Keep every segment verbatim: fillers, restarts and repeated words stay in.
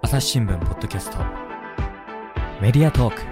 朝日新聞ポッドキャストメディアトーク。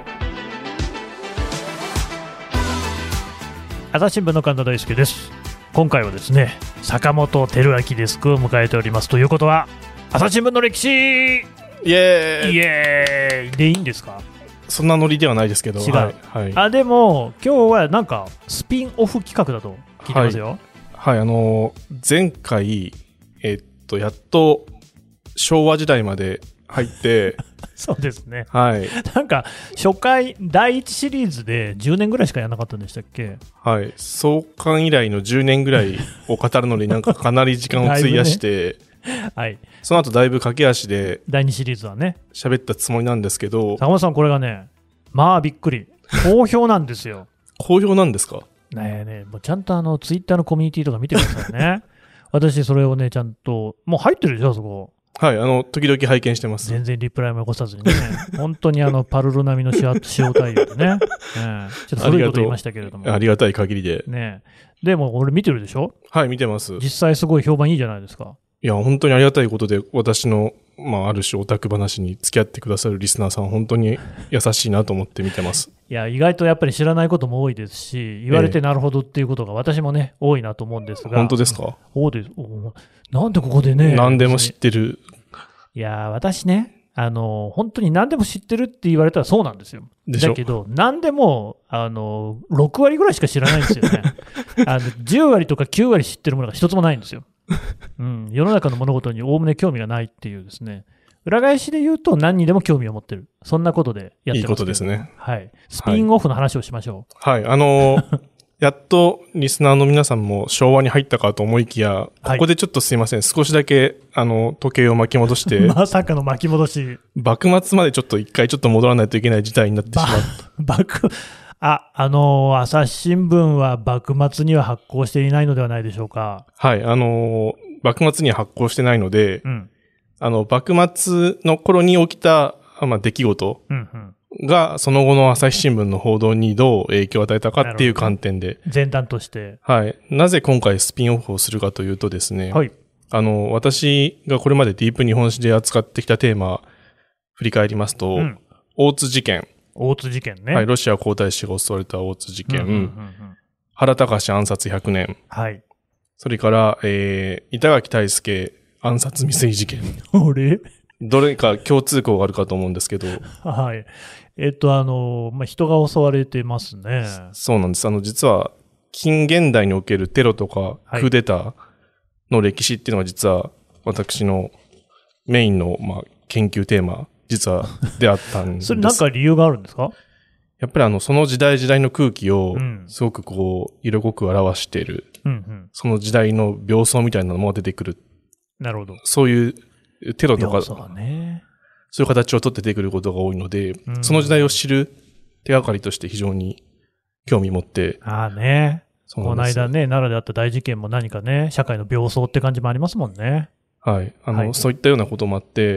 朝日新聞の神田大輔です。今回はですね、坂本輝明デスクを迎えております。ということは朝日新聞の歴史イエーイイエーイでいいんですか？ そんなノリではないですけど、 違う、 はいはい、 あでも今日はなんかスピンオフ企画だと聞いてますよ。 はい、はい、あのー、前回えっとやっと昭和時代まで入ってそうですね、 はい、 なんか初回だいいちシリーズでじゅうねんぐらいしかやらなかったんでしたっけ？ はい、創刊以来のじゅうねんぐらいを語るのになんかかなり時間を費やして、ねはい、その後だいぶ駆け足でだいにシリーズはね喋ったつもりなんですけど、 坂本さんこれがねまあびっくり好評なんですよ。 好評なんですか？ ねえねえもうちゃんとあのツイッターのコミュニティとか見てくださいね私それをねちゃんともう入ってるでしょそこ。 はい、あの時々拝見してます。 全然リプライも起こさずにね本当にあのパルル並みの塩対応でね、ねちょっと古いこと言いましたけれどもあ, ありがたい限りで、 ね、でも俺見てるでしょ？ はい見てます。 実際すごい評判いいじゃないですか。 いや本当にありがたいことで、私の、まあ、ある種オタク話に付き合ってくださるリスナーさん本当に優しいなと思って見てます。 いや意外とやっぱり知らないことも多いですし、言われてなるほどっていうことが私もね多いなと思うんですが。 本当ですか？ そうです。なんでここでね何でも知ってる。 いや私ねあの本当に何でも知ってるって言われたらそうなんですよ。だけど何でもあのろくわりぐらいしか知らないんですよねあのじゅうわりとかきゅうわり知ってるものが一つもないんですよ、うん、世の中の物事におおむね興味がないっていうですね、裏返しで言うと何にでも興味を持ってる、そんなことでやってますけど。いいことですね。 はい、スピンオフの話をしましょう。 はい、はい、あのーやっとリスナーの皆さんも昭和に入ったかと思いきや、ここでちょっとすいません、はい、少しだけあの時計を巻き戻してまさかの巻き戻し、 幕末までちょっと一回ちょっと戻らないといけない事態になってしまった幕あ、あのー、朝日新聞は幕末には発行していないのではないでしょうか。 はい、あのー、幕末には発行してないので、うん、あの幕末の頃に起きた、まあ、出来事、うんうんがその後の朝日新聞の報道にどう影響を与えたかっていう観点で、 前段として、はい、 なぜ今回スピンオフをするかというとですね、はい、あの私がこれまでディープ日本史で扱ってきたテーマ振り返りますと、うん、大津事件、 大津事件ね、 はい、ロシア皇太子が襲われた大津事件、うんうんうんうん、原敬暗殺ひゃくねん、はい、それから、えー、板垣退助暗殺未遂事件あれどれか共通項があるかと思うんですけど、 はい。えっと、あの、まあ、人が襲われてますね。 そうなんです。あの、実は、近現代におけるテロとか、クーデターの歴史っていうのが実は、私のメインの、まあ、研究テーマ、実は、であったんです。 それなんか理由があるんですか？ やっぱりあの、その時代時代の空気を、すごくこう、色濃く表している、うんうん、その時代の病巣みたいなのも出てくる。 なるほど。 そういうテロとか、 ね、 そういう形を取って出てくることが多いので、うん、その時代を知る手がかりとして非常に興味持って。 ああね。この間ね、奈良であった大事件も何かね、社会の病巣って感じもありますもんね。 はい。あの、はい、そういったようなこともあって、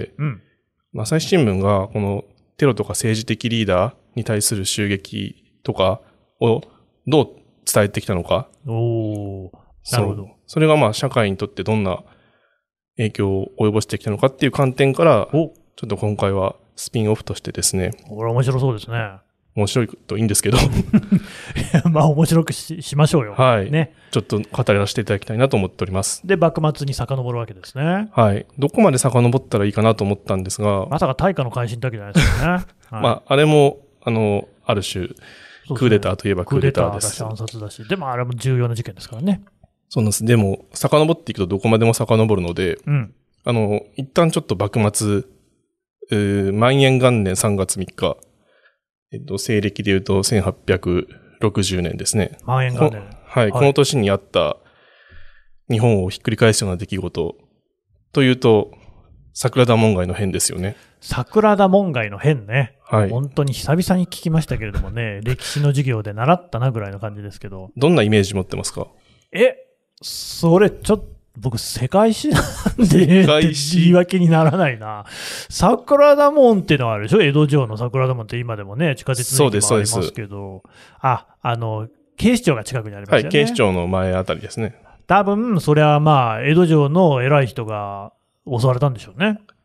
うん、朝日新聞がこのテロとか政治的リーダーに対する襲撃とかをどう伝えてきたのか。 おー、なるほど。 それがまあ社会にとってどんな影響を及ぼしてきたのかっていう観点から、ちょっと今回はスピンオフとしてですね。 これ面白そうですね。 面白いといいんですけど。 まあ面白く し, しましょうよ。 はい。ね。ちょっと語らせていただきたいなと思っております。 で、幕末に遡るわけですね。 はい。どこまで遡ったらいいかなと思ったんですが。 まさか大化の改新だけじゃないですよね。はい、 まあ、あれも、あの、ある種、クーデターといえばクーデターです。 クーデターだし、暗殺だし。でもあれも重要な事件ですからね。 そうなんです。でも、遡っていくとどこまでも遡るので、うん。あの、一旦ちょっと幕末、万延元年さんがつみっか、えっと、西暦で言うとせんはっぴゃくろくじゅうねんですね。 万延元年。 はい、はい。この年にあった日本をひっくり返すような出来事というと、桜田門外の変ですよね。 桜田門外の変ね。はい。本当に久々に聞きましたけれどもね、歴史の授業で習ったなぐらいの感じですけど。 どんなイメージ持ってますか？ え、それちょっと、僕、世界史なんで、言い訳にならないな。桜田門っていうのはあるでしょ？江戸城の桜田門って今でもね、地下鉄の駅もありますけど。あ、あの、警視庁が近くにありますよね。 はい、警視庁の前あたりですね。 多分、それはまあ、江戸城の偉い人が襲われたんでしょうね。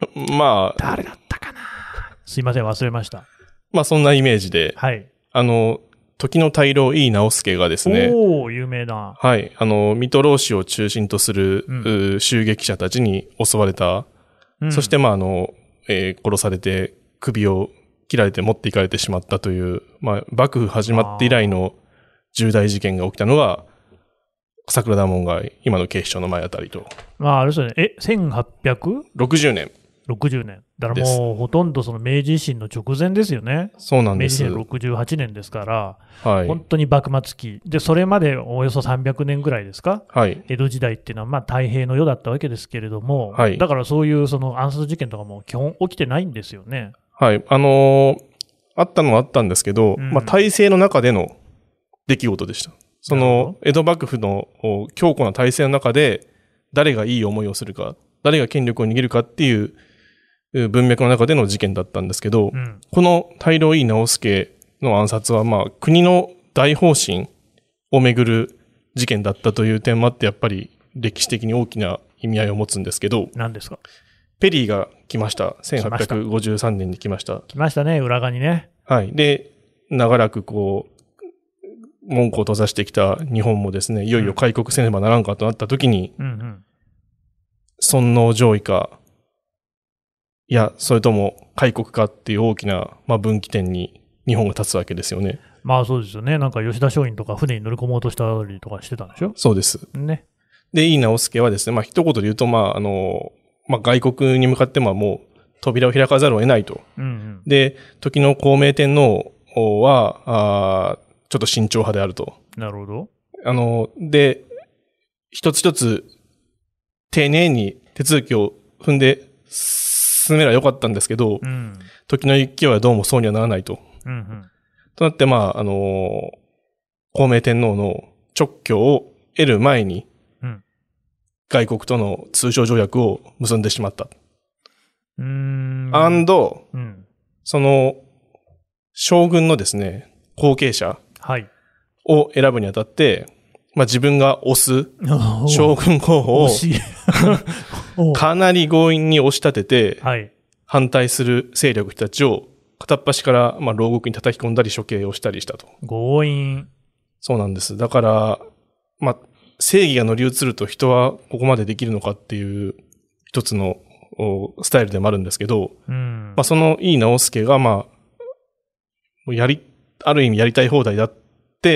まあ。 誰だったかな。すいません、忘れました。 まあそんなイメージで。 はい。 あの、時の大老井伊直弼がですね。 おー、有名な。 はい。あの、水戸浪士を中心とする、うん、襲撃者たちに襲われた。うん、そしてまああの、えー、殺されて首を切られて持っていかれてしまったという、まあ幕府始まって以来の重大事件が起きたのが、桜田門外、今の警視庁の前あたりと。 まああれですよね。え、せんはっぴゃくろくじゅうねん。 ろくじゅうねん。だからもうほとんどその明治維新の直前ですよね。 そうなんです。 明治維新ろくじゅうはちねんですから、 はい、 本当に幕末期。で、それまでおよそさんびゃくねんぐらいですか、 はい、 江戸時代っていうのはまあ太平の世だったわけですけれども、 はい、 だからそういうその暗殺事件とかも基本起きてないんですよね。 はい。あのー、あったのはあったんですけど、うん、まあ体制の中での出来事でした。その江戸幕府の強固な体制の中で誰がいい思いをするか、誰が権力を握るかっていう文脈の中での事件だったんですけど、うん、この大老井伊直弼の暗殺はまあ国の大方針をめぐる事件だったという点もあってやっぱり歴史的に大きな意味合いを持つんですけど、 何ですか？ ペリーが来ました。せんはっぴゃくごじゅうさんねんに来ました。 来ましたね、裏側にね。 はい。で、長らくこう、門戸を閉ざしてきた日本もですね、いよいよ開国せねばならんかとなった時に、うんうん、尊皇攘夷か、いや、それとも開国かっていう大きな、まあ、分岐点に日本が立つわけですよね。 まあそうですよね。なんか吉田松陰とか船に乗り込もうとしたりとかしてたんでしょ？ そうです。 ね。 で、井伊直弼はですね、まあ一言で言うと、まああの、まあ外国に向かってまあもう扉を開かざるを得ないと。うんうん、で、時の孝明天皇は、あちょっと慎重派であると。 なるほど。 あの、で、一つ一つ丁寧に手続きを踏んで進めればよかったんですけど、うん、時の勢いはどうもそうにはならないと。うんうん、となって、まあ、あのー、孝明天皇の勅許を得る前に、うん、外国との通商条約を結んでしまった。うーん。アンド、うん、その、将軍のですね、後継者を選ぶにあたって、まあ自分が推す将軍候補をかなり強引に押し立てて、反対する勢力たちを片っ端からまあ牢獄に叩き込んだり処刑をしたりしたと。 強引。 そうなんです。だから、まあ正義が乗り移ると人はここまでできるのかっていう一つのスタイルでもあるんですけど、うん、まあその井伊直弼がまあ、やり、ある意味やりたい放題だって、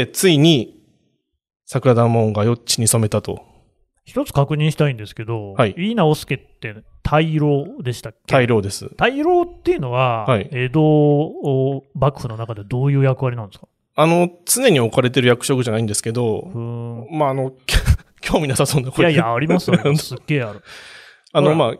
ついに桜田門がよ地に染めたと。 一つ確認したいんですけど、はい、井伊直弼って大老でしたっけ？ 大老です。 大老っていうのは、はい、江戸幕府の中でどういう役割なんですか？ あの、常に置かれてる役職じゃないんですけど、まあ、あの、興味なさそうな、 これ。いやいや、ありますよ。すっげえある。 あの、まあ、うん、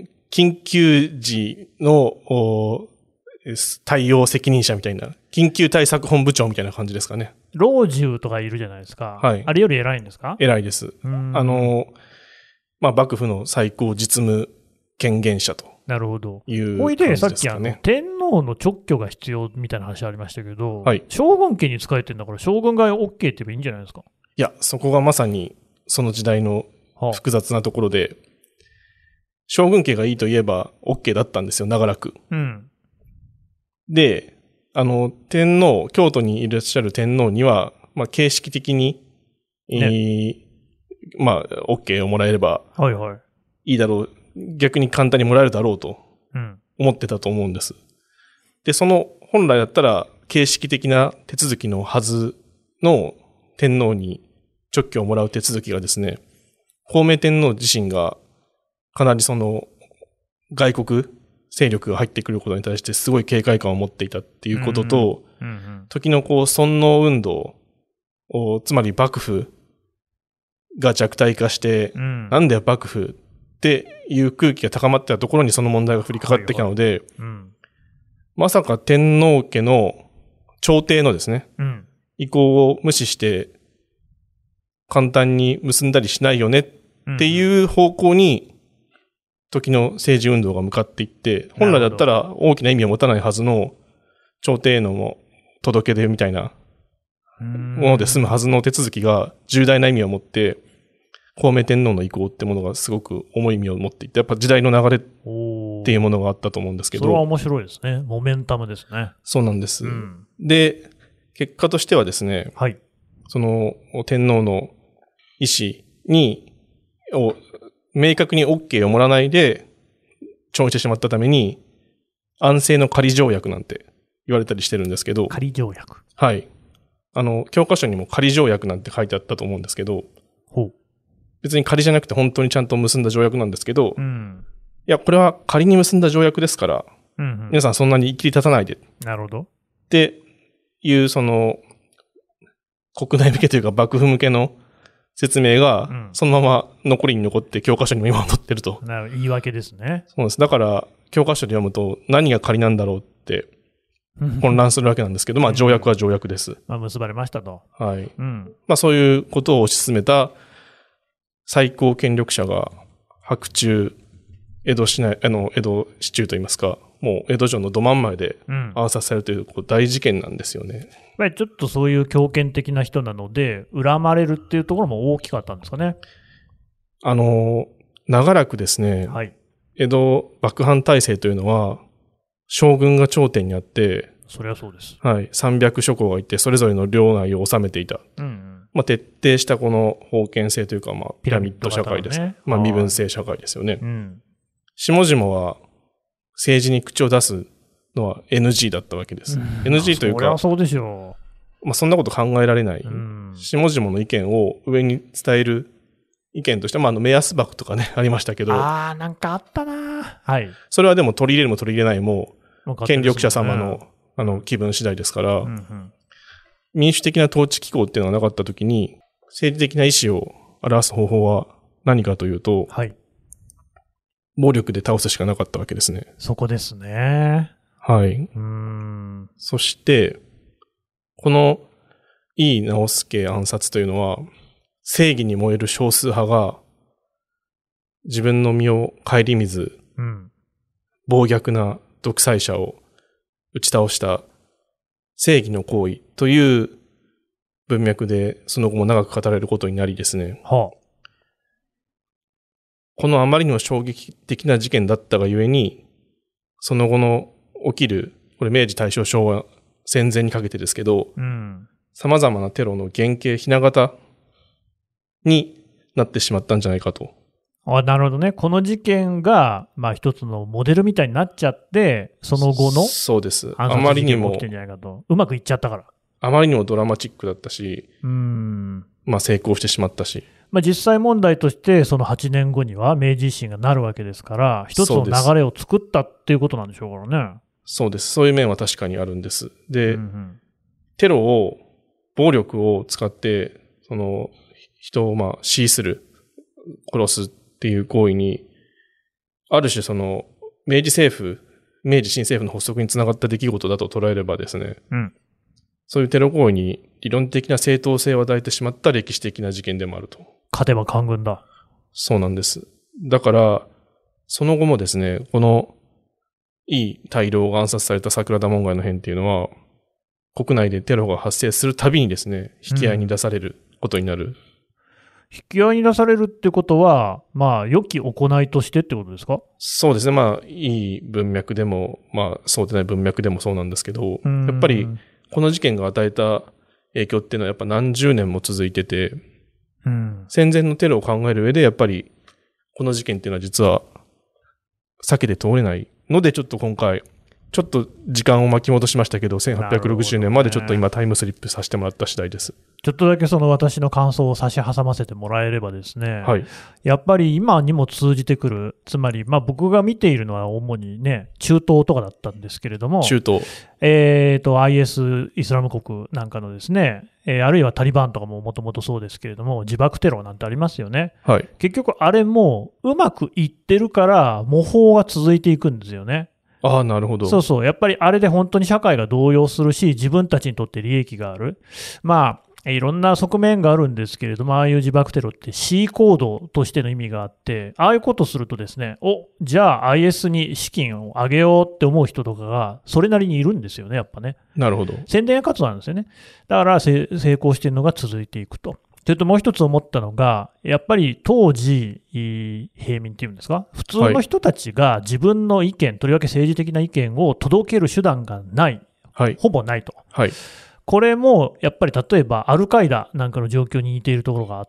緊急時の、対応責任者みたいな、緊急対策本部長みたいな感じですかね。 老中とかいるじゃないですか。はい。あれより偉いんですか？ 偉いです。あの、まあ、幕府の最高実務権限者と。 なるほど。 いうほいで、さっきあの、天皇の直許が必要みたいな話ありましたけど、 はい。 将軍家に仕えてるんだから、将軍が OK って言えばいいんじゃないですか？ いや、そこがまさに、その時代の複雑なところで、はあ、将軍家がいいと言えば OK だったんですよ、長らく。うん。で、あの、天皇、京都にいらっしゃる天皇には、まあ、形式的に、ね、えー、まあ、OK をもらえれば、はいはい。いいだろう、逆に簡単にもらえるだろうと、思ってたと思うんです。うん、で、その、本来だったら、形式的な手続きのはずの天皇に勅許をもらう手続きがですね、孝明天皇自身が、かなりその、外国、勢力が入ってくることに対してすごい警戒感を持っていたっていうことと、うんうんうんうん、時のこう、尊皇運動を、つまり幕府が弱体化して、うん、なんだよ幕府っていう空気が高まってたところにその問題が降りかかってきたので、はいはい、うん、まさか天皇家の朝廷のですね、うん、意向を無視して簡単に結んだりしないよねっていう方向に、時の政治運動が向かっていって、本来だったら大きな意味を持たないはずの朝廷への届け出みたいなもので済むはずの手続きが重大な意味を持って、孝明天皇の意向ってものがすごく重い意味を持っていて、やっぱ時代の流れっていうものがあったと思うんですけど。 それは面白いですね。モメンタムですね。 そうなんです。うん、で、結果としてはですね、 はい、 その天皇の意思に、を明確に OK をもらわないで調印してしまったために、安政の仮条約なんて言われたりしてるんですけど。 仮条約。 はい。あの、教科書にも仮条約なんて書いてあったと思うんですけど、 ほう。 別に仮じゃなくて本当にちゃんと結んだ条約なんですけど、 うん、 いや、これは仮に結んだ条約ですから、 うんうん、 皆さんそんなに切り立たないで。 なるほど。 っていう、その、国内向けというか幕府向けの説明が、そのまま残りに残って教科書にも今載ってると。 なるほど。言い訳ですね。 そうです。だから、教科書で読むと何が仮なんだろうって混乱するわけなんですけど、まあ条約は条約です。 まあ結ばれましたと。 はい。 うん、 まあそういうことを推し進めた最高権力者が白昼、江戸市内、あの、江戸市中といいますか、もう江戸城のど真ん前で暗殺されるという大事件なんですよね。やっぱりちょっとそういう強権的な人なので、恨まれるっていうところも大きかったんですかね。 あの、長らくですね、 はい、 江戸幕藩体制というのは、将軍が頂点にあって、 それはそうです。 はい。さんびゃく諸侯がいて、それぞれの領内を治めていた。 うんうん、 まあ、徹底したこの封建制というか、まあ、ピラミッド社会です。ね、まあ、身分制社会ですよね。 うん、 下々は政治に口を出すのは エヌジー だったわけです。うん、エヌジー というか、 それはそうでしょう。まあ、そんなこと考えられない。 うん、 下々の意見を上に伝える意見として、まあ、あの、目安箱とかね、ありましたけど。 ああ、なんかあったな。はい。 それはでも取り入れるも取り入れないも、権力者様の、あの、気分次第ですから、 うんうん、 民主的な統治機構っていうのがなかったときに、政治的な意思を表す方法は何かというと、 はい、 暴力で倒すしかなかったわけですね。 そこですね。 はい。 うーん。 そして、この井伊直弼暗殺というのは、正義に燃える少数派が、自分の身を顧みず、 うん、 暴虐な独裁者を打ち倒した正義の行為という文脈でその後も長く語られることになりですね。 はあ、 このあまりにも衝撃的な事件だったがゆえに、その後の起きる、これ明治大正昭和戦前にかけてですけど、 うん、 様々なテロの原型ひな形になってしまったんじゃないかと。 あ、なるほどね。この事件が、まあ一つのモデルみたいになっちゃって、その後のそうです。 あまりにも起きてんじゃないかと。うまくいっちゃったから。 あまりにもドラマチックだったし、 うーん、 まあ成功してしまったし。 まあ実際問題として、そのはちねんごには明治維新がなるわけですから、一つの流れを作ったっていうことなんでしょうからね。 そうです。そういう面は確かにあるんです。で、 うんうん、 テロを、暴力を使って、その、人をまあ、恣意する、殺すっていう行為に、ある種その、明治政府、明治新政府の発足につながった出来事だと捉えればですね、 うん、 そういうテロ行為に理論的な正当性を与えてしまった歴史的な事件でもあると。 勝てば官軍だ。 そうなんです。だから、その後もですね、この、井伊大老が暗殺された桜田門外の変っていうのは、国内でテロが発生するたびにですね、引き合いに出されることになる。うん、 引き合いに出されるってことは、まあ、良き行いとしてってことですか？ そうですね。まあ、いい文脈でも、まあ、そうでない文脈でもそうなんですけど、やっぱり、この事件が与えた影響っていうのはやっぱ何十年も続いてて、 うん、 戦前のテロを考える上で、やっぱり、この事件っていうのは実は、避けて通れないので、ちょっと今回、ちょっと時間を巻き戻しましたけど、せんはっぴゃくろくじゅうねんまでちょっと今タイムスリップさせてもらった次第です。 ちょっとだけその私の感想を差し挟ませてもらえればですね、 はい、 やっぱり今にも通じてくる、つまり、まあ、僕が見ているのは主にね、中東とかだったんですけれども、 中東、 えーと、アイエス、イスラム国なんかのですね、えー、あるいはタリバンとかももともとそうですけれども、自爆テロなんてありますよね。 はい、 結局あれもうまくいってるから模倣が続いていくんですよね。 ああ、なるほど。 そうそう。やっぱりあれで本当に社会が動揺するし、自分たちにとって利益がある。まあ、いろんな側面があるんですけれども、ああいう自爆テロって C 行動としての意味があって、ああいうことするとですね、お、じゃあ アイエス に資金をあげようって思う人とかが、それなりにいるんですよね、やっぱね。 なるほど。 宣伝活動なんですよね。だから成功しているのが続いていくと。 というともう一つ思ったのが、やっぱり当時、平民っていうんですか、普通の人たちが自分の意見、はい、とりわけ政治的な意見を届ける手段がない、はい、ほぼないと、はい、これもやっぱり例えばアルカイダなんかの状況に似ているところがあって、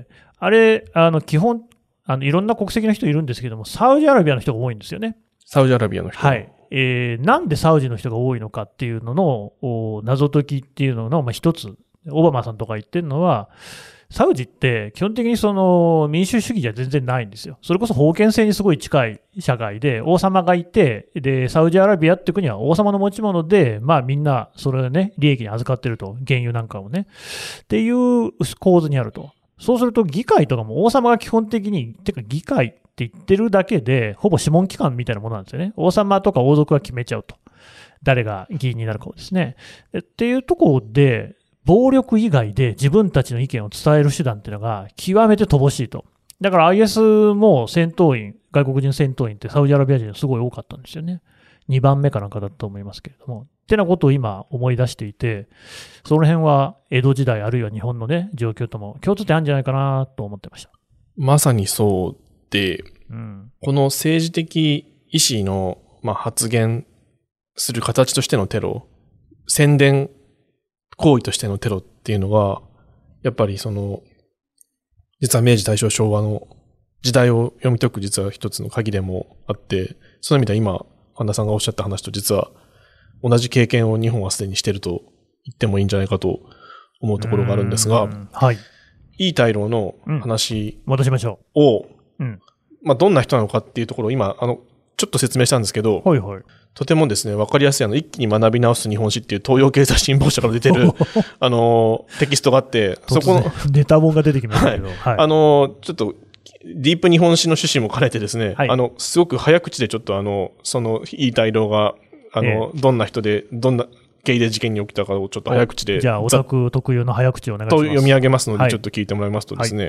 あれ、あの基本あの、いろんな国籍の人いるんですけども、サウジアラビアの人が多いんですよね。 サウジアラビアの人、 はいえー、なんでサウジの人が多いのかっていうのの謎解きっていうのの、まあ、一つ、オバマさんとか言ってるのは、サウジって基本的にその民主主義じゃ全然ないんですよ。それこそ封建制にすごい近い社会で、王様がいて、でサウジアラビアって国は王様の持ち物で、まあ、みんなそれね、利益に預かってると、原油なんかをね、っていう構図にあると。そうすると議会とかも王様が基本的に、てか議会って言ってるだけで、ほぼ諮問機関みたいなものなんですよね。王様とか王族が決めちゃうと。誰が議員になるかをですね。っていうところで、暴力以外で自分たちの意見を伝える手段っていうのが極めて乏しいと。だから アイエス も戦闘員、外国人戦闘員ってサウジアラビア人すごい多かったんですよね。にばんめかなんかだと思いますけれども。ってなことを今思い出していて、その辺は江戸時代あるいは日本のね、状況とも共通点あるんじゃないかなと思ってました。 まさにそうで、うん、この政治的意思の、まあ、発言する形としてのテロ、宣伝行為としてのテロっていうのが、やっぱりその、実は明治大正昭和の時代を読み解く実は一つの鍵でもあって、その意味では今、神田さんがおっしゃった話と実は同じ経験を日本はすでにしていると言ってもいいんじゃないかと思うところがあるんですが、はい。イー大老の話を、 戻しましょう。うん。まあ、どんな人なのかっていうところを今、あの、ちょっと説明したんですけど、はいはい。とてもですね、わかりやすいあの、一気に学び直す日本史っていう東洋経済新報社から出てる、あの、テキストがあって、 そこの、ネタ本が出てきましたけど、はい。 はい、あの、ちょっと、ディープ日本史の趣旨も兼ねてですね、はい、あの、すごく早口でちょっとあの、その、イー大老が、あの、ええ、どんな人で、どんな経緯で事件に起きたかをちょっと早口で。 じゃあ、オタク特有の早口をお願いします。 と読み上げますので、ちょっと聞いてもらいますとですね、はい、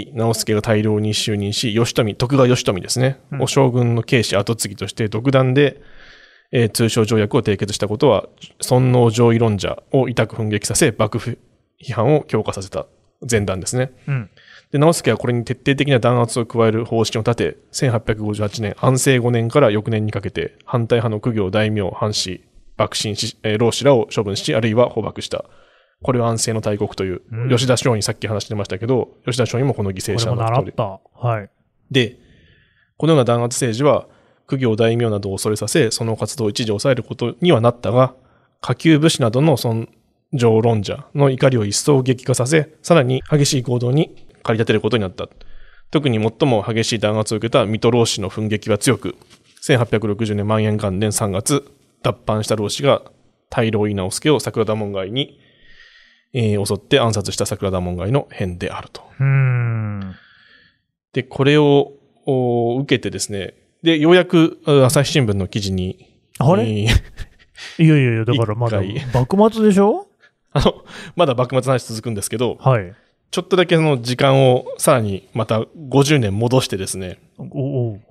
井伊直弼が大老に就任し、義富、徳川義富ですね、うん、お将軍の慶氏跡継ぎとして独断で、えー、通商条約を締結したことは、尊王攘夷論者を痛く奮撃させ、幕府批判を強化させた前段ですね。うんで、直弼はこれに徹底的な弾圧を加える方針を立て、せんはっぴゃくごじゅうはちねん、安政ごねんから翌年にかけて、反対派の公卿、大名、藩士、幕臣、えー、老子らを処分し、あるいは捕獲した。これは安政の大国という、うん、吉田松陰さっき話してましたけど、吉田松陰もこの犠牲者の一人。 こはい。 で、このような弾圧政治は、公卿、大名などを恐れさせ、その活動を一時抑えることにはなったが、下級武士などの尊攘論者の怒りを一層激化させ、さらに激しい行動に駆り立てることになった。特に最も激しい弾圧を受けた水戸老子の奮撃は強く、せんはっぴゃくろくじゅうねん万延元年さんがつ、脱藩した老子が大老井直弼を桜田門外に、えー、襲って暗殺した桜田門外の変であると。うーんで、これを受けてですね、で、ようやく朝日新聞の記事に、 あれ、えー、いやいやいや、だからまだ幕末でしょあの、まだ幕末の話続くんですけど、 はい。 ちょっとだけその時間をさらにまたごじゅうねん戻してですね。おお。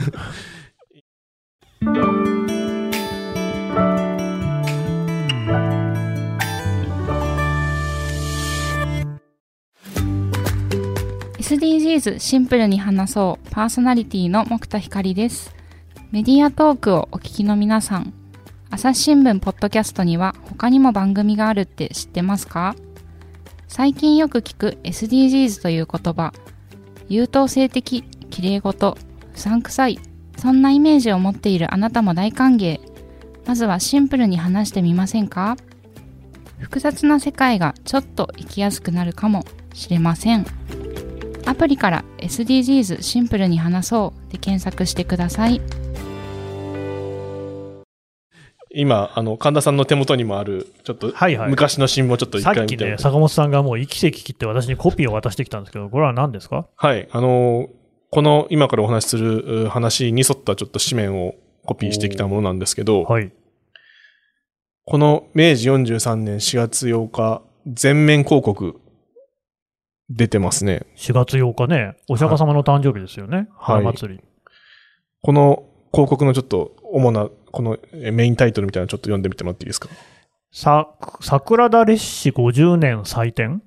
エスディージーズ シンプルに話そうパーソナリティの木田光です。メディアトークをお聞きの皆さん、朝日新聞ポッドキャストには他にも番組があるって知ってますか？最近よく聞く エスディージーズ という言葉、優等生的、綺麗事、不散臭い、そんなイメージを持っているあなたも大歓迎。まずはシンプルに話してみませんか？複雑な世界がちょっと生きやすくなるかもしれません。アプリから エスディージーズ シンプルに話そうで検索してください。 今、あの、神田さんの手元にもある、ちょっと、昔の新聞をちょっと一回見て、はいはい、 さっきね、坂本さんがもう息せき切って私にコピーを渡してきたんですけど、これは何ですか？ はい、あの、この今からお話しする話に沿ったちょっと紙面をコピーしてきたものなんですけど、はい、このめいじよんじゅうさんねんしがつようか、全面広告、出てますね。 しがつようかね、お釈迦様の誕生日ですよね、花祭り。 この広告のちょっと主なこのメインタイトルみたいなのちょっと読んでみてもらっていいですか？ さ、桜田列史ごじゅうねん祭典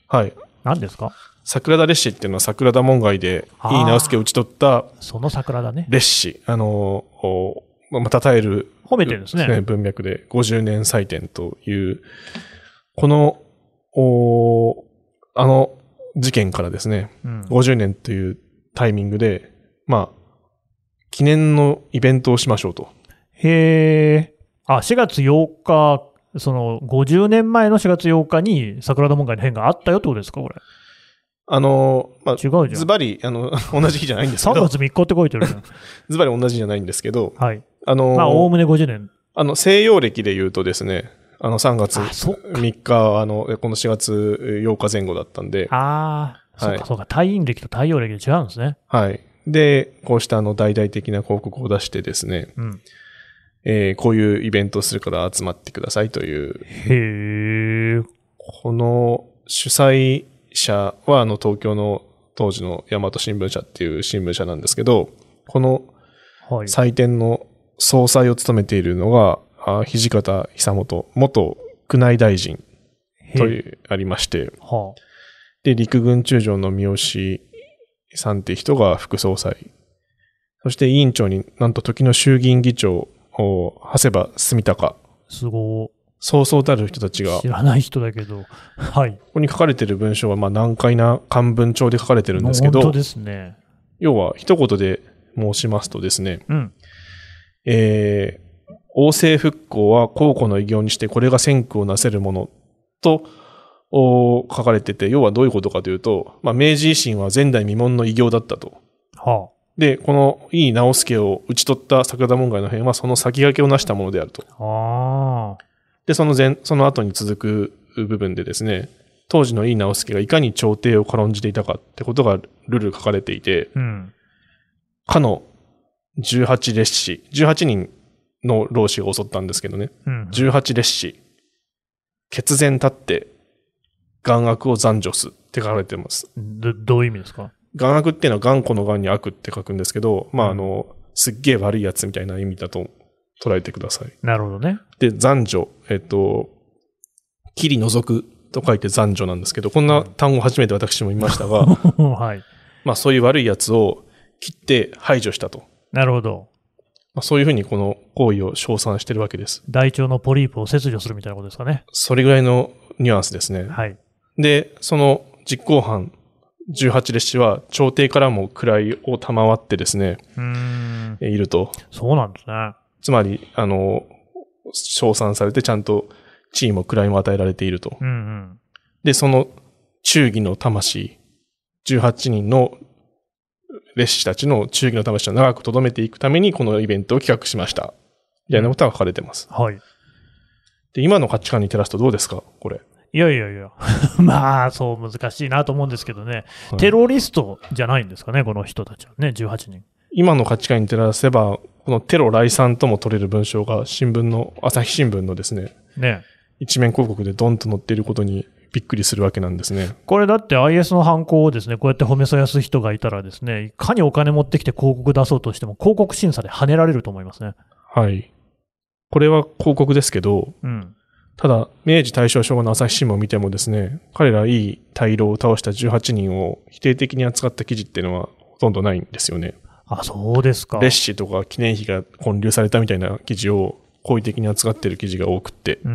はい。 何ですか？ 桜田列子っていうのは桜田門外で井伊直弼を打ち取ったその桜だね。 列子、あのまあ、称える褒めてるんですね。 文脈でごじゅうねん祭典というこのおあの事件からですね、うん、ごじゅうねんというタイミングでまあ記念のイベントをしましょうと。 へえ。あ、しがつようか、そのごじゅうねんまえのしがつようかに桜田門外の変があったよってことですか、これ。 あの、まあ、 違うじゃん。 ズバリ、あの、同じ日じゃないんですけど。 さんがつみっかって書いてるじゃん。 ズバリ同じじゃないんですけど。 はい。 あの、 まあ、おおむねごじゅうねん。 あの、西洋暦で言うとですね、あの、さんがつみっか、あの、このしがつようか前後だったんで。 ああ、はい、そうか、そうか。太陰暦と太陽暦で違うんですね。 はい。で、こうしたあの、大々的な広告を出してですね、うん、えー、こういうイベントをするから集まってくださいという。 へー。 この主催者は、あの、東京の当時の大和新聞社っていう新聞社なんですけど、この祭典の総裁を務めているのが、はい、土方久元元宮内大臣というありまして、はあ、で、陸軍中将の三好さんっていう人が副総裁、そして委員長になんと時の衆議院議長、長谷場住高。 すごい。 そうそうたる人たちが。 知らない人だけど。はい。 ここに書かれている文章は、まあ難解な漢文帳で書かれてるんですけど。 本当ですね。 要は、一言で申しますとですね。 うん。 えー、王政復興は公庫の偉業にして、これが先駆をなせるものと、書かれてて、要はどういうことかというと、まあ明治維新は前代未聞の偉業だったと。 はあ。 で、この井伊直弼を討ち取った桜田門外の変はその先駆けを成したものであると。 あで、その前、その後に続く部分でですね、当時の井伊直弼がいかに朝廷を軽んじていたかってことがルル書かれていて、うん、かのじゅうはち列子、じゅうはちにんの老子が襲ったんですけどね、うん、じゅうはち列子、決然立って眼悪を残除すって書かれてます。 ど、どういう意味ですか？ 眼悪っていうのは頑固の眼に悪って書くんですけど、まあ、あの、すっげえ悪いやつみたいな意味だと捉えてください。 なるほどね。 で、残除、えっと、切り除くと書いて残除なんですけど、こんな単語初めて私も見ましたが、 はい。 まあそういう悪いやつを切って排除したと。 なるほど。 まあ、そういうふうにこの行為を称賛してるわけです。 大腸のポリープを切除するみたいなことですかね。 それぐらいのニュアンスですね。 はい。 で、その実行犯、じゅうはち列子は朝廷からも位を賜ってですね、 うーんいると。 そうなんですね。 つまり、あの、称賛されてちゃんと地位も位も与えられていると。 うんうん、 で、その忠義の魂、じゅうはちにんの列子たちの忠義の魂を長く留めていくためにこのイベントを企画しました。みたいなことが書かれてます。 うん、はい。 で、今の価値観に照らすとどうですかこれ。 いやいやいや。まあ、そう難しいなと思うんですけどね。はい、テロリストじゃないんですかね、この人たちはね、じゅうはちにん。 今の価値観に照らせば、このテロ来賛とも取れる文章が新聞の、朝日新聞のですね、 ね、 一面広告でドンと載っていることにびっくりするわけなんですね。 これだって アイエス の犯行をですね、こうやって褒めそやす人がいたらですね、いかにお金持ってきて広告出そうとしても広告審査で跳ねられると思いますね。 はい。これは広告ですけど、 うん、 ただ、明治大正昭和の朝日新聞を見てもですね、彼らいい大老を倒したじゅうはちにんを否定的に扱った記事っていうのはほとんどないんですよね。 あ、そうですか。 列子とか記念碑が建立されたみたいな記事を好意的に扱っている記事が多くって。 うん。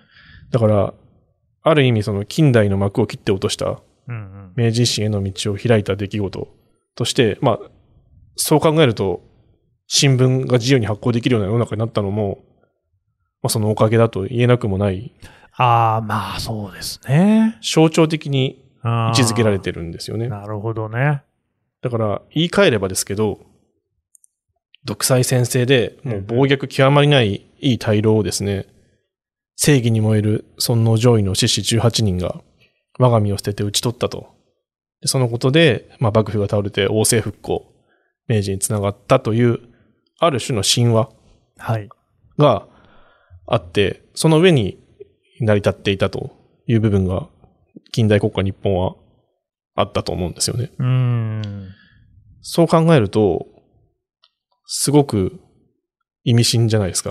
だから、ある意味その近代の幕を切って落とした明治維新への道を開いた出来事として、まあ、そう考えると新聞が自由に発行できるような世の中になったのも、まあ、そのおかげだと言えなくもない。 ああ、まあそうですね。 象徴的に位置づけられてるんですよね。 なるほどね。 だから言い換えればですけど、独裁専制でもう暴虐極まりないいい大老をですね、正義に燃える尊王攘夷の志士じゅうはちにんが我が身を捨てて討ち取ったと。でそのことで、まあ、幕府が倒れて王政復興、明治につながったという、ある種の神話があって、はい、その上に成り立っていたという部分が近代国家日本はあったと思うんですよね。 うーん。 そう考えると、すごく意味深じゃないですか。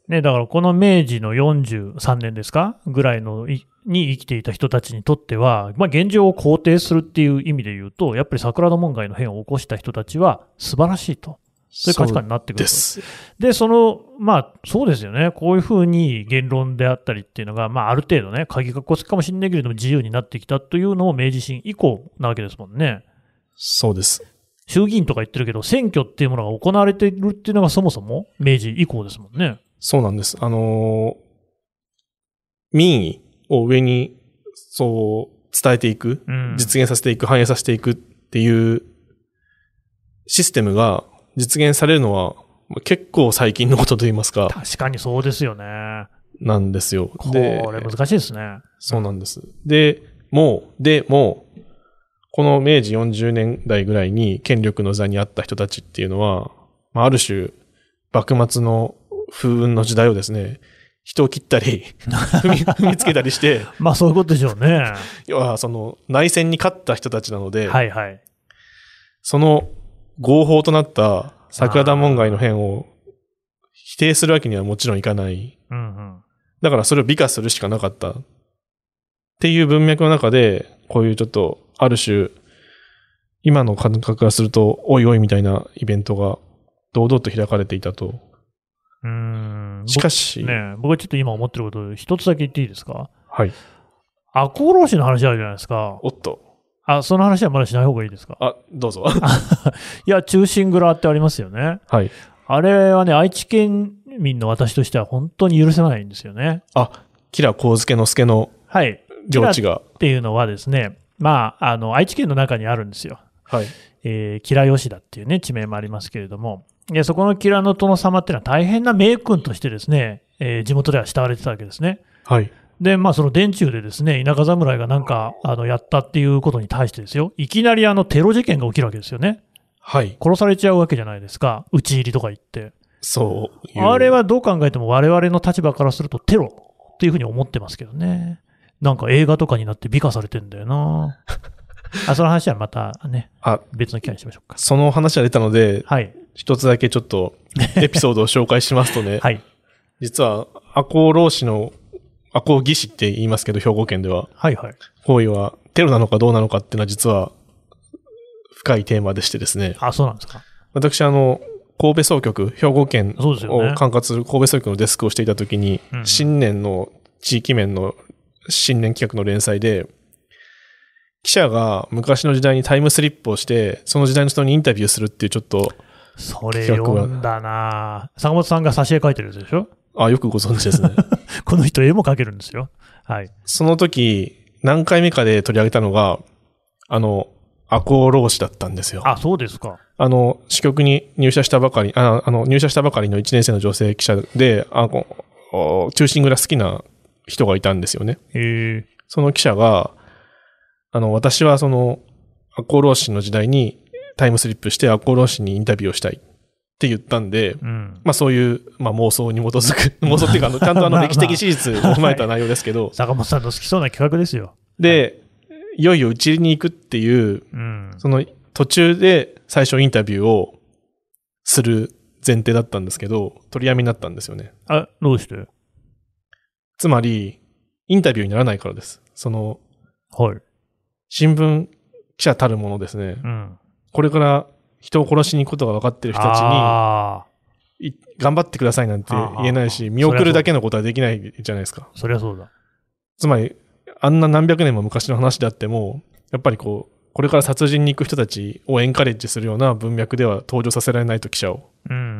ね、だからこの明治のよんじゅうさんねんですかぐらいのに生きていた人たちにとっては、まあ、現状を肯定するっていう意味で言うと、やっぱり桜田門外の変を起こした人たちは素晴らしいと。そういう価値観になってくると。 そうです。 で、その、まあ、そうですよね。こういうふうに言論であったりっていうのが、まあ、ある程度ね、鍵が越すかもしれないけれども、自由になってきたというのも明治維新以降なわけですもんね。 そうです。 衆議院とか言ってるけど、選挙っていうものが行われているっていうのがそもそも明治以降ですもんね。 そうなんです。あのー、民意を上に、そう、伝えていく、うん、実現させていく、反映させていくっていうシステムが実現されるのは結構最近のことと言いますか。 確かにそうですよね。 なんですよ。 これ難しいですね。 そうなんです。で、もう、で、もう、この明治よんじゅうねんだいぐらいに権力の座にあった人たちっていうのは、まあ、ある種、幕末の風雲の時代をですね、人を切ったり踏み、踏みつけたりして。 まあそういうことでしょうね。 要は、その内戦に勝った人たちなので、 はいはい。 その合法となった桜田門外の変を否定するわけにはもちろんいかない。 うんうん、 だからそれを美化するしかなかった。っていう文脈の中で、こういうちょっと、ある種、今の感覚からすると、おいおいみたいなイベントが堂々と開かれていたと。 うーん。 しかし。 ね、僕はちょっと今思ってること一つだけ言っていいですか？ はい。 赤穂浪士の話あるじゃないですか。 おっと。 あ、その話はまだしない方がいいですか？ あ、どうぞ。 いや、忠臣蔵ってありますよね。 はい。 あれはね、愛知県民の私としては本当に許せないんですよね。 あ、吉良上野介の。はい。領地が。 っていうのはですね、まあ、あの、愛知県の中にあるんですよ。 はい。 えー、吉良吉田っていうね、地名もありますけれども、でそこの吉良の殿様っていうのは大変な名君としてですね、えー、地元では慕われてたわけですね。 はい。 で、まあ、その殿中でですね、田舎侍がなんか、あの、やったっていうことに対してですよ、いきなりあの、テロ事件が起きるわけですよね。 はい。 殺されちゃうわけじゃないですか。討ち入りとか言って。 そういう。 あれはどう考えても我々の立場からするとテロっていうふうに思ってますけどね。なんか映画とかになって美化されてんだよな。あ、その話はまたね、あ、別の機会にしましょうか。 その話が出たので、 はい。 一つだけちょっとエピソードを紹介しますとね。 はい。 実は、赤穂浪士の、赤穂義士って言いますけど、兵庫県では。 はいはい。 行為はテロなのかどうなのかっていうのは実は深いテーマでしてですね。 あ、そうなんですか。 私、あの、神戸総局、兵庫県を管轄する神戸総局のデスクをしていたときに、うん、新年の地域面の新年企画の連載で、記者が昔の時代にタイムスリップをして、その時代の人にインタビューするっていうちょっと、 それ読んだなぁ。坂本さんが挿絵描いてるやつでしょ？ あ、よくご存知ですね。 この人絵も描けるんですよ。はい。 その時、何回目かで取り上げたのが、あの、赤穂浪士だったんですよ。 あ、そうですか。 あの、支局に入社したばかり、ああの、入社したばかりのいちねん生の女性記者で、あの、忠臣蔵好きな人がいたんですよね。 へー。 その記者が、あの、私はその、赤穂浪士の時代にタイムスリップして赤穂浪士にインタビューをしたいって言ったんで、うん、まあそういう、まあ妄想に基づく、妄想っていうか、あの、ちゃんとあの歴史的事実を踏まえた内容ですけど、はい、 坂本さんの好きそうな企画ですよ。 で、はい、いよいよ打ち入りに行くっていう、うん、その途中で最初インタビューをする前提だったんですけど、取りやめになったんですよね。 あ、どうして？ つまり、インタビューにならないからです。その、 はい。 新聞記者たるものですね。うん。これから人を殺しに行くことが分かっている人たちに、頑張ってくださいなんて言えないし、見送るだけのことはできないじゃないですか。 そりゃそうだ。 つまり、あんな何百年も昔の話であっても、やっぱりこう、これから殺人に行く人たちをエンカレッジするような文脈では登場させられないと記者を。うんうんうんうん。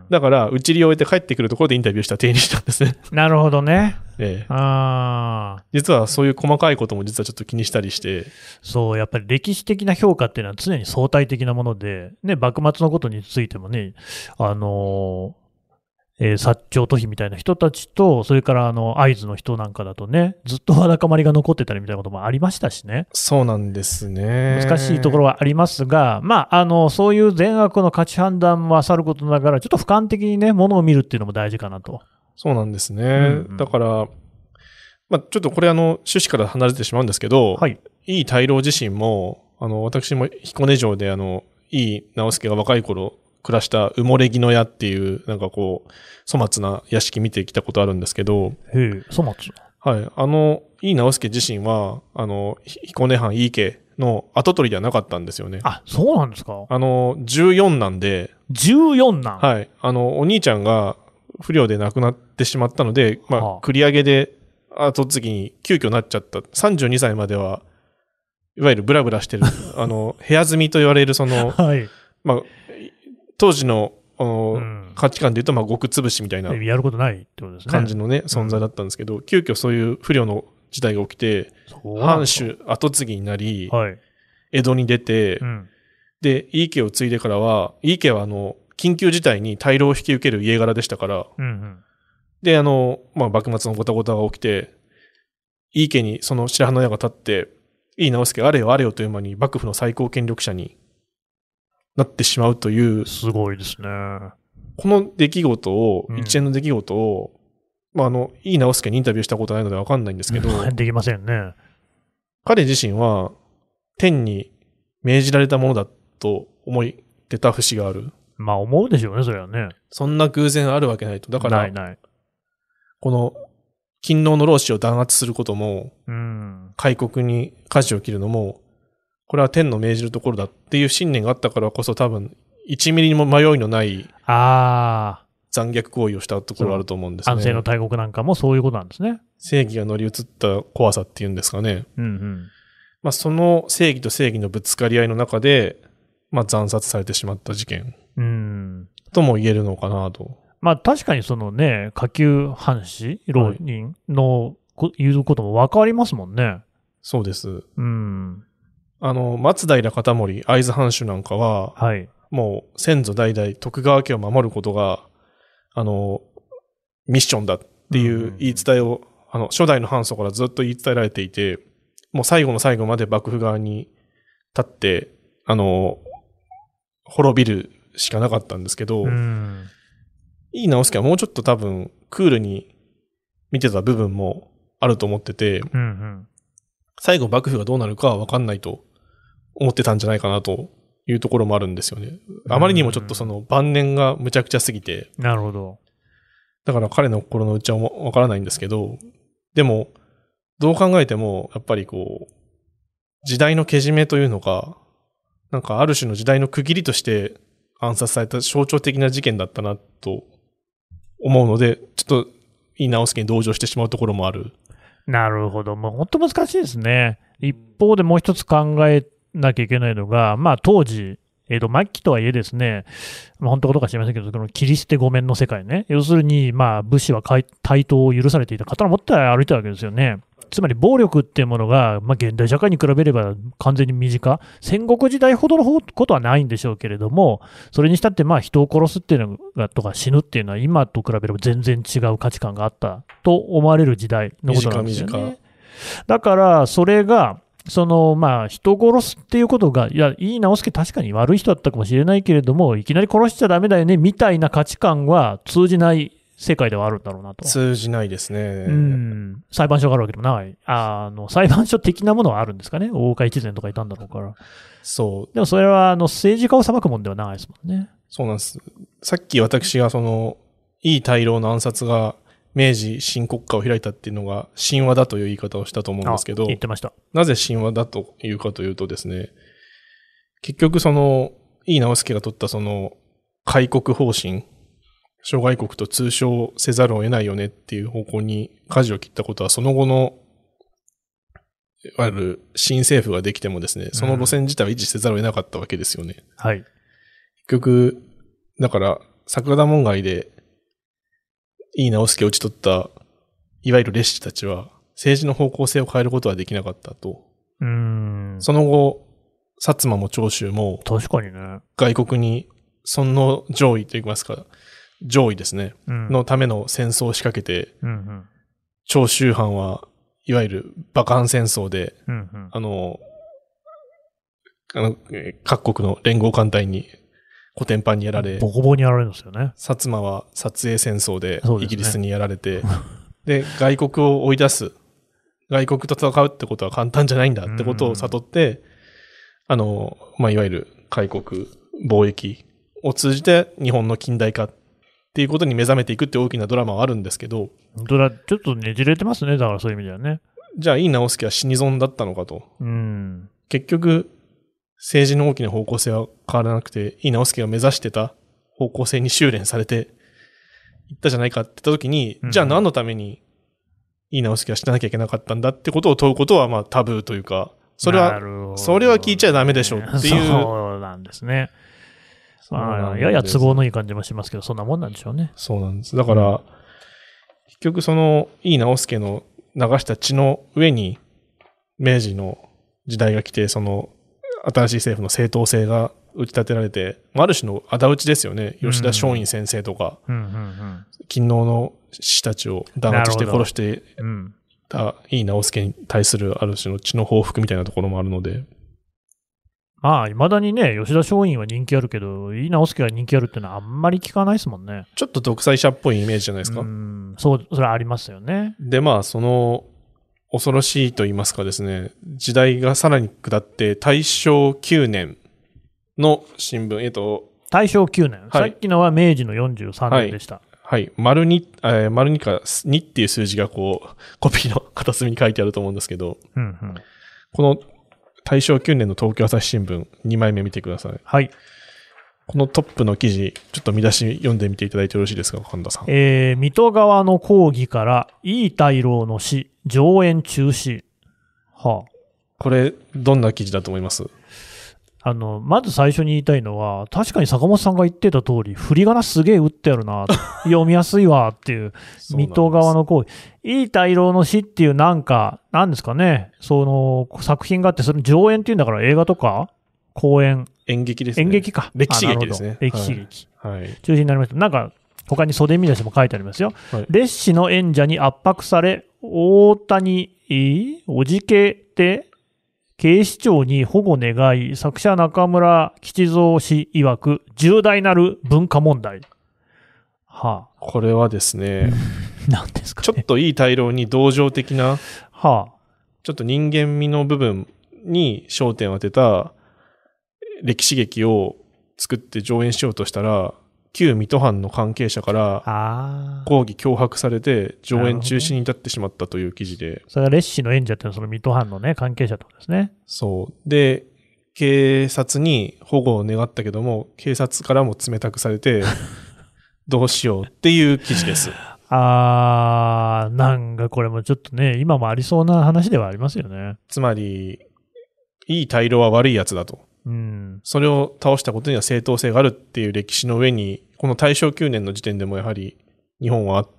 だから、打ち入りを終えて帰ってくるところでインタビューした体にしたんですね。 なるほどね。 ええ。 ああ。 実はそういう細かいことも実はちょっと気にしたりして。 そう、やっぱり歴史的な評価っていうのは常に相対的なもので、ね、幕末のことについてもね、あのー、えー、薩長都比みたいな人たちと、それからあの会津の人なんかだとね、ずっとわだかまりが残ってたりみたいなこともありましたしね。 そうなんですね。 難しいところはありますが、まあ、あのそういう善悪の価値判断はさることながら、ちょっと俯瞰的にね、ものを見るっていうのも大事かなと。 そうなんですね。うんうん、だから、まあ、ちょっとこれあの趣旨から離れてしまうんですけど、はい、井伊大老自身も、あの私も彦根城であの井伊直弼が若い頃暮らした埋もれ木の屋っていう、なんかこう、粗末な屋敷見てきたことあるんですけど。 へえ、粗末。 はい。あの、井伊直弼自身は、あの、彦根藩井伊家の跡取りではなかったんですよね。 あ、そうなんですか。 あの、じゅうよんなんで。 じゅうよんなん。 はい。あの、お兄ちゃんが不良で亡くなってしまったので、まあ、はあ、繰り上げで、後継ぎに急遽なっちゃった。さんじゅうにさいまでは、いわゆるブラブラしてる、あの、部屋住みと言われる、その、はい。まあ、当時の、うん、価値観で言うと、まあ、極潰しみたいな。 やることないってことですね。 感じのね、存在だったんですけど、うん、急遽そういう不良の時代が起きて、藩主後継ぎになり、はい、江戸に出て、うん、で、井伊家を継いでからは、井伊家はあの、緊急事態に大老を引き受ける家柄でしたから、うんうん、で、あの、まあ、幕末のごたごたが起きて、井伊家にその白羽の矢が立って、井伊直弼あれよあれよという間に幕府の最高権力者になってしまうという。 すごいですね。 この出来事を、うん、一連の出来事を、まあ、あの、井伊直弼にインタビューしたことないのでわかんないんですけど。 できませんね。 彼自身は、天に命じられたものだと思い出た節がある。 まあ思うでしょうね、それはね。 そんな偶然あるわけないと。だから、 ないない。 この、勤王の老子を弾圧することも、うん、開国に舵を切るのも、これは天の命じるところだっていう信念があったからこそ多分、いちミリにも迷いのない残虐行為をしたところがあると思うんですね。 安政の大国なんかもそういうことなんですね。 正義が乗り移った怖さっていうんですかね。うんうん、まあ、その正義と正義のぶつかり合いの中で、まあ、惨殺されてしまった事件、うん、とも言えるのかなと。 まあ、確かにそのね、下級藩士、浪人の言うことも分かりますもんね。 そうです。うん、あの、松平片盛、会津藩主なんかは、はい、もう先祖代々徳川家を守ることが、あの、ミッションだっていう言い伝えを、うんうん、あの、初代の藩祖からずっと言い伝えられていて、もう最後の最後まで幕府側に立って、あの、滅びるしかなかったんですけど、うん井伊直弼はもうちょっと多分クールに見てた部分もあると思ってて、うんうん、最後幕府がどうなるかは分かんないと思ってたんじゃないかなというところもあるんですよね。あまりにもちょっとその晩年がむちゃくちゃすぎて。 なるほど。 だから彼の心の内は分からないんですけど、でもどう考えてもやっぱりこう時代のけじめというのか、なんかある種の時代の区切りとして暗殺された象徴的な事件だったなと思うので、ちょっと井伊直弼に同情してしまうところもある。 なるほど。もう本当難しいですね。一方でもう一つ考えなきゃいけないのが、まあ当時、江戸末期とはいえですね、まあ、本当かどうか知りませんけど、この切り捨て御免の世界ね、要するに、まあ武士は対等を許されていた方のもって歩いたわけですよね。つまり暴力っていうものが、まあ、現代社会に比べれば完全に身近、戦国時代ほどのことはないんでしょうけれども、それにしたってまあ人を殺すっていうのがとか死ぬっていうのは今と比べれば全然違う価値観があったと思われる時代のことなんですよね。短短だからそれがそのまあ人を殺すっていうことが、いや井伊直弼確かに悪い人だったかもしれないけれども、いきなり殺しちゃダメだよねみたいな価値観は通じない世界ではあるんだろうなと。 通じないですね。 うん。裁判所があるわけでもない。あの、裁判所的なものはあるんですかね。大岡越前とかいたんだろうから。 そう。 でもそれは、あの、政治家を裁くもんではないですもんね。 そうなんです。さっき私がその、井伊大老の暗殺が明治新国家を開いたっていうのが神話だという言い方をしたと思うんですけど。 言ってました。 なぜ神話だというかというとですね、結局その、井伊直弼が取ったその、開国方針、諸外国と通商せざるを得ないよねっていう方向に舵を切ったことは、その後のいわゆる新政府ができてもですね、その路線自体は維持せざるを得なかったわけですよね。 うん、はい。 結局、だから桜田門外で井伊直弼を討ち取ったいわゆる烈士たちは政治の方向性を変えることはできなかったと。うーん。その後、薩摩も長州も確かにね、 外国に尊王攘夷といいますか、上位ですね、うん、のための戦争を仕掛けて、うんうん、長州藩はいわゆる馬鹿戦争で、うんうん、あのあの各国の連合艦隊にコテンパンにやられ、 ボコボコにやられるんですよね。 薩摩は薩英戦争でイギリスにやられて、で、ね、で外国を追い出す、外国と戦うってことは簡単じゃないんだってことを悟って、うんうん、あのまあいわゆる開国貿易を通じて日本の近代化っていうことに目覚めていくって大きなドラマはあるんですけど、 本当だ、ちょっとねじれてますね、だからそういう意味ではね。 じゃあ井伊直弼は死に損だったのかと。 うん、結局政治の大きな方向性は変わらなくて、井伊直弼が目指してた方向性に修練されていったじゃないかって言った時に、うん、じゃあ何のために井伊直弼は死ななきゃいけなかったんだってことを問うことはまあタブーというか、それはそれは聞いちゃダメでしょっていう。 そうなんですね。まあ、やや都合のいい感じもしますけど、そんなもんなんでしょうね。 そうなんです。だから、うん、結局その井伊直弼の流した血の上に明治の時代が来て、その新しい政府の正当性が打ち立てられて、ある種の仇討ちですよね。吉田松陰先生とか、うんうんうんうん、勤王の士たちを弾圧して殺してた井伊直弼に対するある種の血の報復みたいなところもあるので。 まあ、いまだにね、吉田松陰は人気あるけど、井伊直弼が人気あるっていうのはあんまり聞かないですもんね。 ちょっと独裁者っぽいイメージじゃないですか。 うん、そう、それはありますよね。 で、まあ、その、恐ろしいと言いますかですね、時代がさらに下って大正きゅうねんの新聞、えっと、 大正きゅうねん、はい、さっきのは明治のよんじゅうさんねんでした。 はい、はい、丸に、えー、丸にかにっていう数字がこう、コピーの片隅に書いてあると思うんですけど、うんうん、この大正きゅうねんの東京朝日新聞にまいめ見てください。 はい。 このトップの記事、ちょっと見出し読んでみていただいてよろしいですか、神田さん。 えー、水戸川の講義から井伊大老の死、上演中止。はあ。 これ、どんな記事だと思います？ あの、まず最初に言いたいのは、確かに坂本さんが言ってた通り、振り仮名すげえ打ってあるな、読みやすいわっていう、水戸川の講義。井伊大老の死っていうなんか、なんですかね、その作品があって、その上演っていうんだから映画とか公演。 演劇ですね。 演劇か。 歴史劇ですね。 歴史劇。 はい。 中心になりました。なんか、他に袖見出しも書いてありますよ。はい、列士の演者に圧迫され、大谷、えー、おじけで、警視庁に保護願い、作者中村吉蔵氏曰く、重大なる文化問題。はあ、 これはですね、 何ですかね、 ちょっと井伊大老に同情的な、 はあ、 ちょっと人間味の部分に焦点を当てた歴史劇を作って上演しようとしたら、旧水戸藩の関係者から抗議脅迫されて上演中止に至ってしまったという記事で、 それが列士の演者っていうのはその水戸藩のね関係者ってことですね。 そうで、警察に保護を願ったけども警察からも冷たくされてどうしようっていう記事です。 あー、なんかこれもちょっとね今もありそうな話ではありますよね。 つまり井伊大老は悪いやつだと、うん、それを倒したことには正当性があるっていう歴史の上に、この大正きゅうねんの時点でもやはり日本はあって、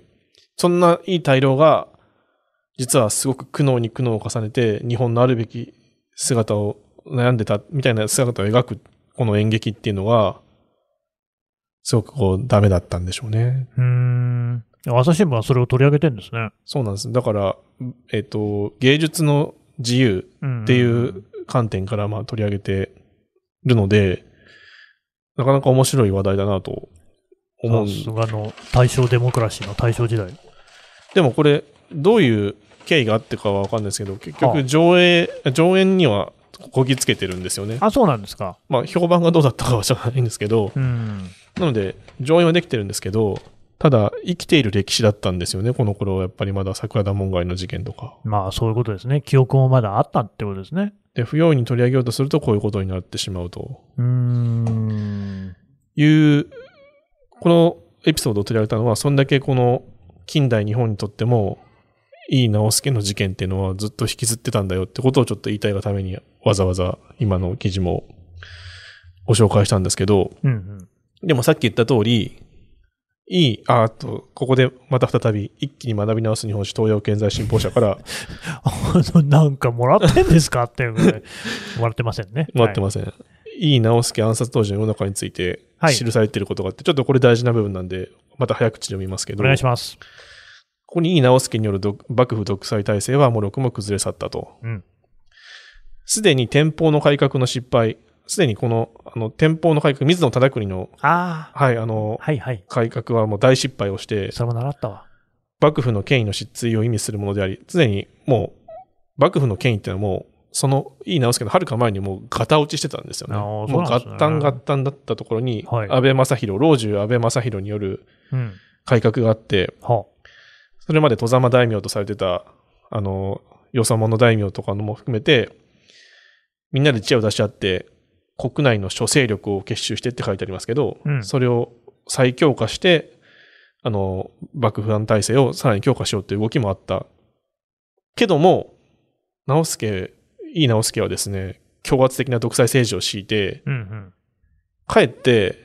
そんな井伊大老が実はすごく苦悩に苦悩を重ねて日本のあるべき姿を悩んでたみたいな姿を描くこの演劇っていうのがすごくこうダメだったんでしょうね。 うーん、朝日新聞はそれを取り上げてるんですね。 そうなんです。だから、えっと、芸術の自由っていう観点からまあ取り上げてるので、なかなか面白い話題だなと思う。 さすがの大正デモクラシーの大正時代。 でもこれどういう経緯があってかは分かんないですけど、結局上映、はあ、上演にはこぎつけてるんですよね。 あ、そうなんですか。 まあ評判がどうだったかは知らないんですけど、うん、なので上演はできてるんですけど、ただ生きている歴史だったんですよね、この頃は。やっぱりまだ桜田門外の事件とか。 まあそういうことですね。記憶もまだあったってことですね。 で、不用意に取り上げようとするとこういうことになってしまうと。うーん。いう、このエピソードを取り上げたのは、そんだけこの近代日本にとっても、井伊直弼の事件っていうのはずっと引きずってたんだよってことをちょっと言いたいがために、わざわざ今の記事もご紹介したんですけど、うんうん、でもさっき言った通り、いい、あーと、ここでまた再び一気に学び直す日本史東洋経済新報社からなんかもらってんですかっていうぐらいもらってませんね。 もらってません。はい、井伊直弼暗殺当時の世の中について記されていることがあって、はい、ちょっとこれ大事な部分なんでまた早口で読みますけど、 お願いします。 ここに井伊直弼による幕府独裁体制はもろくも崩れ去ったと。すで、うん、に天保の改革の失敗、すでにこの、あの、天保の改革、水野忠邦の、 あはい、あの、 はいはい、 改革はもう大失敗をして、 それも習ったわ。 幕府の権威の失墜を意味するものであり、常にもう、幕府の権威っていうのはもう、 その井伊直弼のはるか前にもうガタ落ちしてたんですよね。もうガッタンガッタンだったところに、はい、安倍正弘、老中安倍正弘による改革があって、うんはあ、それまで外様大名とされてた、あの、与謝物大名とかのも含めて、みんなで知恵を出し合って、国内の諸勢力を結集してって書いてありますけど、うん、それを再強化して、あの、幕府藩体制をさらに強化しようという動きもあった。けども、直弼、井伊直弼はですね、強圧的な独裁政治を敷いて、うんうん、かえって、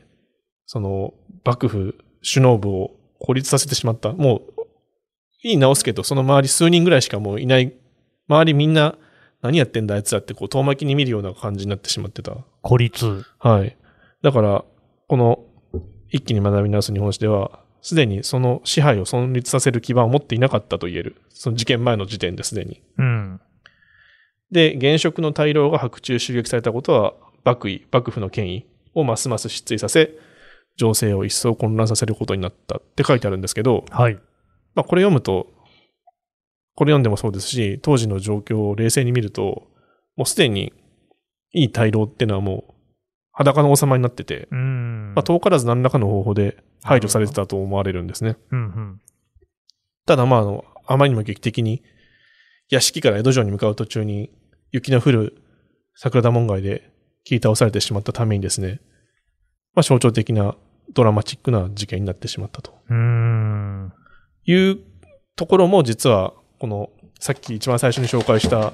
その、幕府首脳部を孤立させてしまった。もう、井伊直弼とその周り数人ぐらいしかもういない、周りみんな何やってんだあいつらってこう遠巻きに見るような感じになってしまってた。 孤立。 はい。だから、この一気に学び直す日本史では、すでにその支配を存立させる基盤を持っていなかったと言える。その事件前の時点ですでに。うん。で、現職の大老が白昼襲撃されたことは、幕位、幕府の権威をますます失墜させ、情勢を一層混乱させることになったって書いてあるんですけど、はい。まあこれ読むと、これ読んでもそうですし、当時の状況を冷静に見ると、もうすでにいい大老っていうのはもう裸の王様になってて、うんまあ、遠からず何らかの方法で排除されてたと思われるんですね。うんうん、ただまあ、あの、あまりにも劇的に、屋敷から江戸城に向かう途中に雪の降る桜田門外で切り倒されてしまったためにですね、まあ象徴的なドラマチックな事件になってしまったと。うーんいうところも実は、このさっき一番最初に紹介した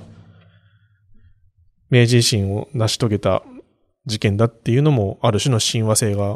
明治維新を成し遂げた事件だっていうのもある種の親和性が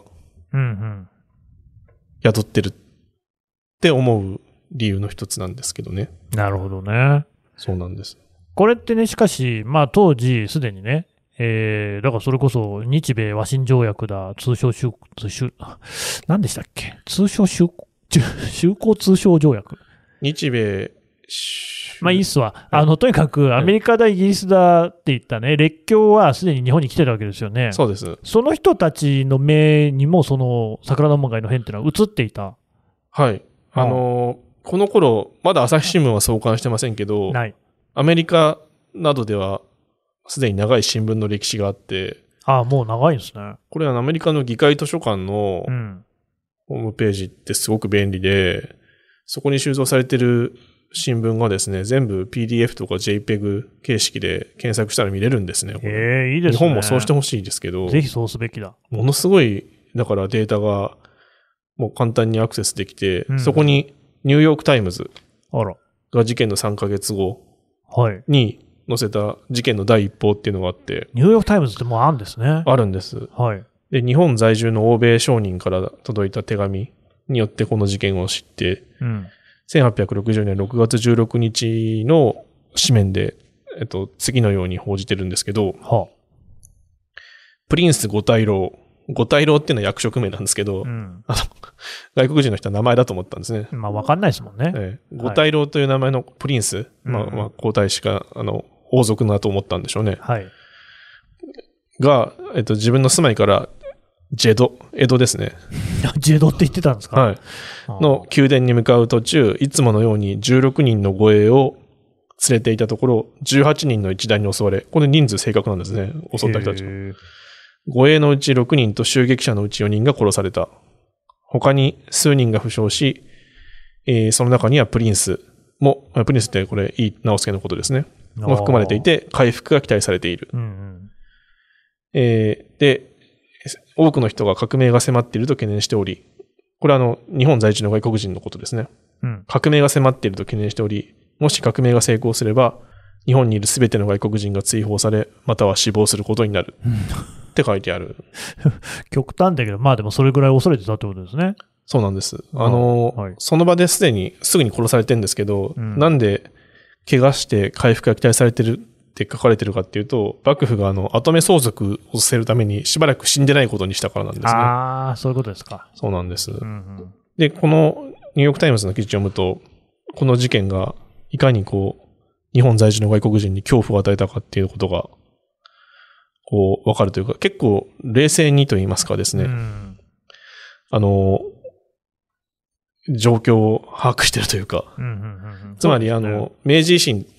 宿ってるって思う理由の一つなんですけどね。 なるほどね。 そうなんです。 これってね、しかし、まあ当時すでにね、えー、だからそれこそ日米和親条約だ、通商修、通商、何でしたっけ？通商修、修好通商条約。 日米、 まあいいっすわ。あの、とにかくアメリカだ、イギリスだって言ったね、列強はすでに日本に来てるわけですよね。 そうです。 その人たちの目にも、その桜田門外の変っていうのは映っていた。 はい。あのー、この頃、まだ朝日新聞は創刊してませんけど、ない。アメリカなどでは、すでに長い新聞の歴史があって、 ああ、もう長いんですね。 これはアメリカの議会図書館のホームページってすごく便利で、そこに収蔵されている新聞がですね、全部 ピーディーエフ とか ジェイペグ 形式で検索したら見れるんですね。 ええ、いいですね。 日本もそうしてほしいですけど。 ぜひそうすべきだ。 ものすごい、だからデータがもう簡単にアクセスできて、うん、そこにニューヨークタイムズが事件のさんかげつごに載せた事件の第一報っていうのがあって。 ニューヨークタイムズってもうあるんですね。 あるんです。はい。で、日本在住の欧米商人から届いた手紙によってこの事件を知って、うん、せんはっぴゃくろくじゅうねんろくがつじゅうろくにちの紙面で、えっと、次のように報じてるんですけど、はあ、プリンス五大老、五大老っていうのは役職名なんですけど、うん、あの外国人の人は名前だと思ったんですね。 まあわかんないですもんね。 ええ、五大老という名前のプリンス、はい、まあ、まあ、皇太子か、あの、王族だと思ったんでしょうね。はい。が、えっと、自分の住まいから、ジェド、江戸ですね。 ジェドって言ってたんですか？ はい。の宮殿に向かう途中、いつものようにじゅうろくにんの護衛を連れていたところ、じゅうはちにんの一団に襲われ、これ人数正確なんですね。襲った人たちは。護衛のうちろくにんと襲撃者のうちよにんが殺された。他に数人が負傷し、えー、その中にはプリンスも、プリンスってこれ、井伊直弼のことですね。も含まれていて、回復が期待されている。うんうんえー、で、多くの人が革命が迫っていると懸念しており、これはあの、日本在住の外国人のことですね。うん、革命が迫っていると懸念しており、もし革命が成功すれば、日本にいるすべての外国人が追放され、または死亡することになる。うん、って書いてある。 極端だけど、まあでもそれぐらい恐れてたってことですね。 そうなんです。あの、はい、その場ですでにすぐに殺されてるんですけど、うん、なんで怪我して回復が期待されてるって書かれてるかっていうと、幕府があの、跡目相続をさせるためにしばらく死んでないことにしたからなんですね。 ああ、そういうことですか。 そうなんです。うんうん、で、このニューヨークタイムズの記事を読むと、この事件がいかにこう、日本在住の外国人に恐怖を与えたかっていうことが、こう、わかるというか、結構冷静にと言いますかですね。うん、あの、状況を把握してるというか、うんうんうんうん、つまりあの、明治維新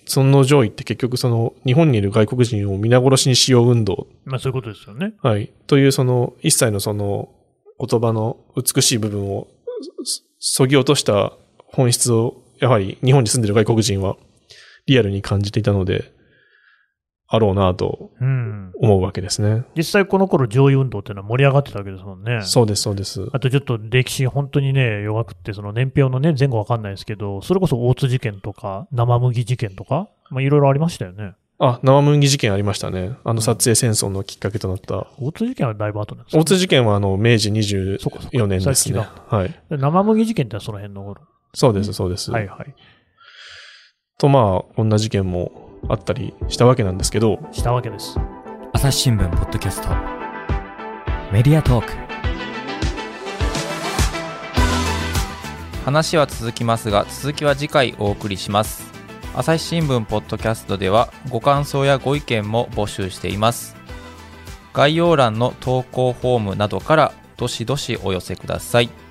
その上位って結局その日本にいる外国人を皆殺しにしよう運動。 まあそういうことですよね。 はい。というその一切のその言葉の美しい部分を削ぎ落とした本質をやはり日本に住んでいる外国人はリアルに感じていたので、あろうなと思うわけですね、うん。 実際この頃上位運動っていうのは盛り上がってたわけですもんね。 そうです、そうです。 あとちょっと歴史本当にね、弱くって、その年表のね、前後わかんないですけど、それこそ大津事件とか、生麦事件とか、まあいろいろありましたよね。 あ、生麦事件ありましたね。あの撮影戦争のきっかけとなった。 大津事件はだいぶ後なんですか、 ね、大津事件はあの、明治にじゅうよねんですね。はい。 生麦事件ってその辺の頃。 そうです、そうです。 はいはい。 とまあ、こんな事件もあったりしたわけなんですけど。 したわけです。 朝日新聞ポッドキャストメディアトーク。 話は続きますが、続きは次回お送りします。朝日新聞ポッドキャストではご感想やご意見も募集しています。概要欄の投稿フォームなどからどしどしお寄せください。